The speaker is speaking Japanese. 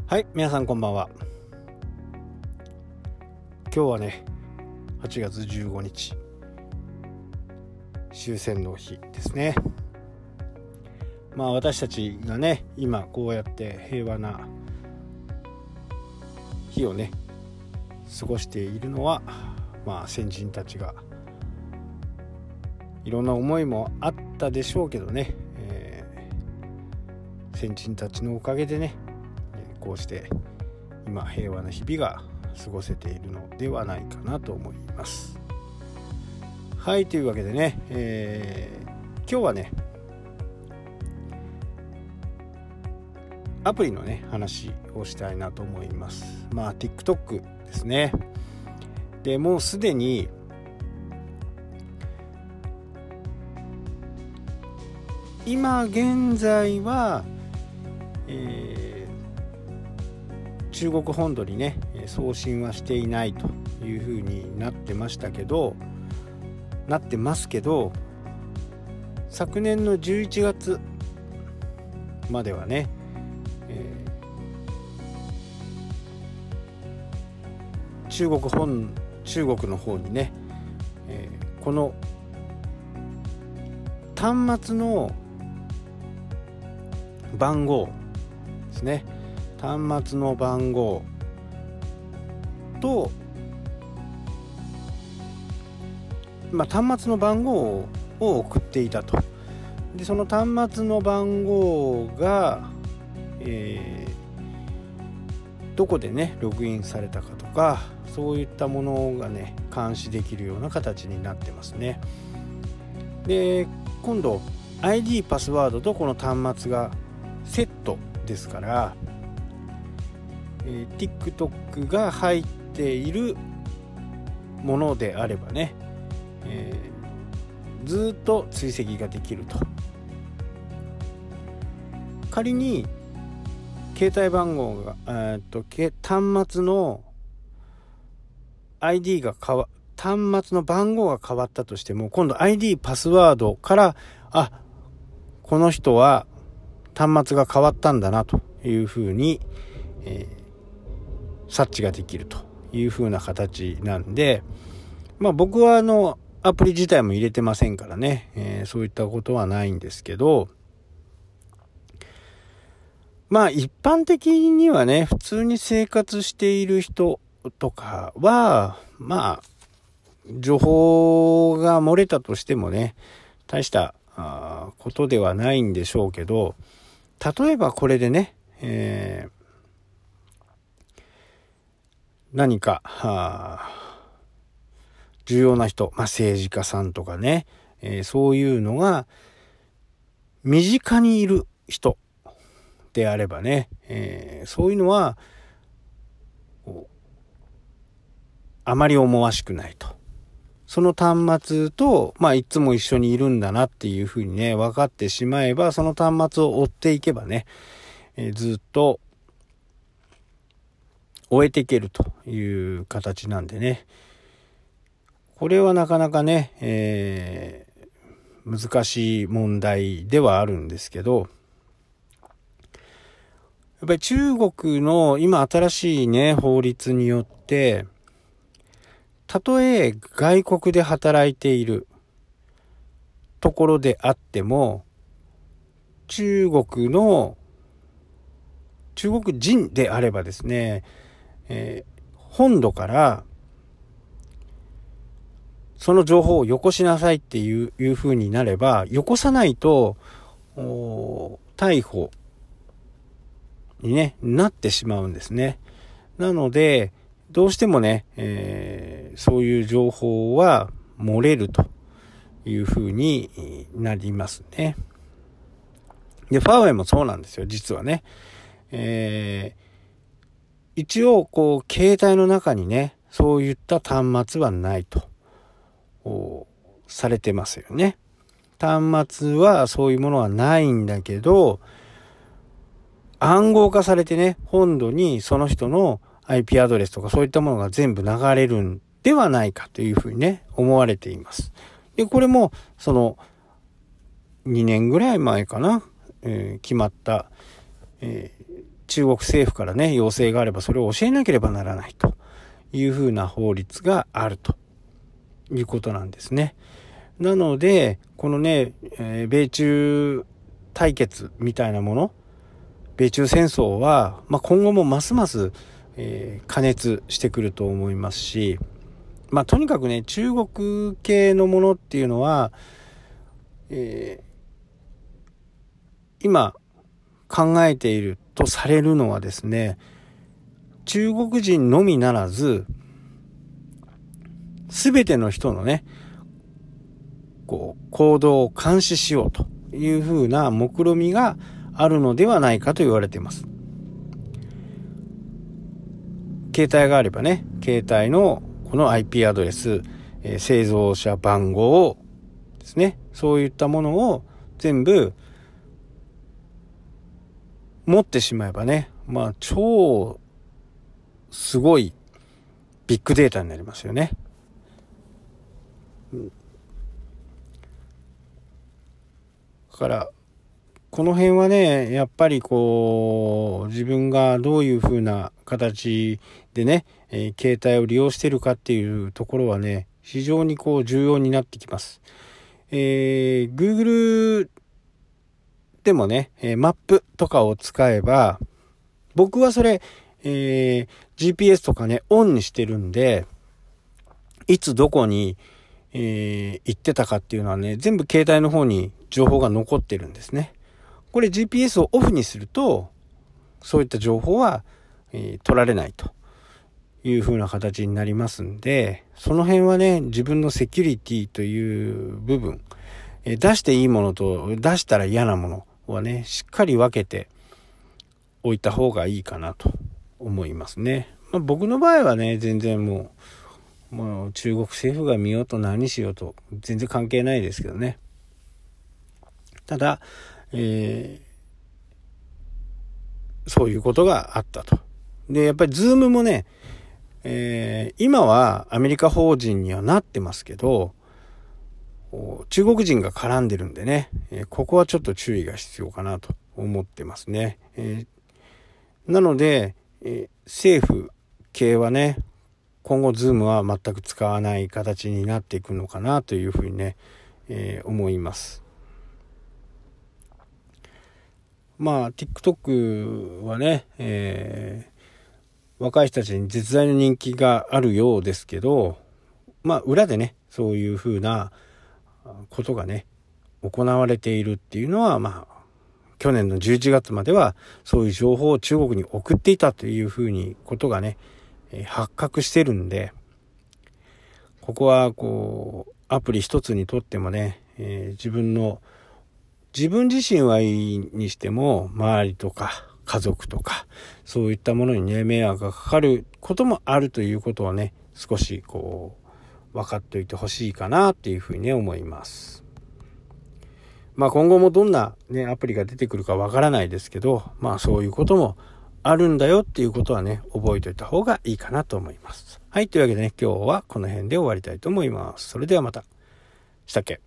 はい、皆さんこんばんは。今日はね、8月15日、終戦の日ですね。私たちがね、今こうやって平和な日をね、過ごしているのは、先人たちがいろんな思いもあったでしょうけどね、先人たちのおかげでね、こうして今平和な日々が過ごせているのではないかなと思います。はい、というわけでね、今日はねアプリのね話をしたいなと思います。TikTok ですね。でもうすでに今現在は、中国本土にね送信はしていないというふうになってますけど、昨年の11月まではね、中国の方にね、この端末の番号ですね、端末の番号と、端末の番号を送っていたと。でその端末の番号が、どこでねログインされたかとか、そういったものがね監視できるような形になってますね。で今度 ID パスワードとこの端末がセットですから、TikTok が入っているものであればね、ずっと追跡ができると。仮に携帯番号が端末の ID が端末の番号が変わったとしても、今度 ID パスワードからこの人は端末が変わったんだなというふうに、察知ができるというふうな形なんで、僕はアプリ自体も入れてませんからね、そういったことはないんですけど、一般的にはね、普通に生活している人とかは情報が漏れたとしてもね、大したことではないんでしょうけど、例えばこれでね、何か重要な人、政治家さんとかね、そういうのが身近にいる人であればね、そういうのはあまり思わしくないと。その端末といつも一緒にいるんだなっていうふうにね分かってしまえば、その端末を追っていけばね、ずっと終えていけるという形なんでね、これはなかなかね、難しい問題ではあるんですけど、やっぱり中国の今新しいね法律によって、たとえ外国で働いているところであっても、中国人であればですね、本土からその情報をよこしなさいっていう風になれば、よこさないと逮捕に、なってしまうんですね。なのでどうしてもね、そういう情報は漏れるという風になりますね。で、ファーウェイもそうなんですよ、実はね。一応携帯の中にねそういった端末はないとされてますよね。端末はそういうものはないんだけど、暗号化されてね、本土にその人の IP アドレスとかそういったものが全部流れるんではないかというふうにね思われています。でこれもその2年ぐらい前かな、決まった、 中国政府からね、要請があればそれを教えなければならないというふうな法律があるということなんですね。なので、このね、米中対決みたいなもの、米中戦争は、今後もますます、過熱してくると思いますし、とにかくね、中国系のものっていうのは、今考えているとされるのはですね、中国人のみならず、すべての人のね、行動を監視しようというふうな目論みがあるのではないかと言われています。携帯があればね、携帯のこの IP アドレス、製造者番号ですね、そういったものを全部持ってしまえばね、超すごいビッグデータになりますよね。だからこの辺はね、やっぱり自分がどういう風な形でね、携帯を利用しているかっていうところはね、非常に重要になってきます。Google でもね、マップとかを使えば、僕はそれ、GPS とかね、オンにしてるんで、いつどこに、行ってたかっていうのはね、全部携帯の方に情報が残ってるんですね。これ GPS をオフにすると、そういった情報は、取られないという風な形になりますんで、その辺はね、自分のセキュリティという部分、出していいものと出したら嫌なものはね、しっかり分けておいた方がいいかなと思いますね。僕の場合はね、全然もう中国政府が見ようと何しようと全然関係ないですけどね。ただ、そういうことがあったと。で、やっぱりズームもね、今はアメリカ法人にはなってますけど、中国人が絡んでるんでね、ここはちょっと注意が必要かなと思ってますね。なので、政府系はね、今後ズームは全く使わない形になっていくのかなというふうにね、思います。TikTok はね、若い人たちに絶大な人気があるようですけど、裏でね、そういうふうなことがね、行われているっていうのは、去年の11月まではそういう情報を中国に送っていたというふうにことがね、発覚してるんで、ここはアプリ一つにとってもね、自分自身はいいにしても、周りとか家族とかそういったものにね、迷惑がかかることもあるということはね、少し分かっておいてほしいかなっていうふうにね、思います。今後もどんなね、アプリが出てくるかわからないですけど、そういうこともあるんだよっていうことはね、覚えておいた方がいいかなと思います。はい、というわけでね、今日はこの辺で終わりたいと思います。それではまた。したっけ。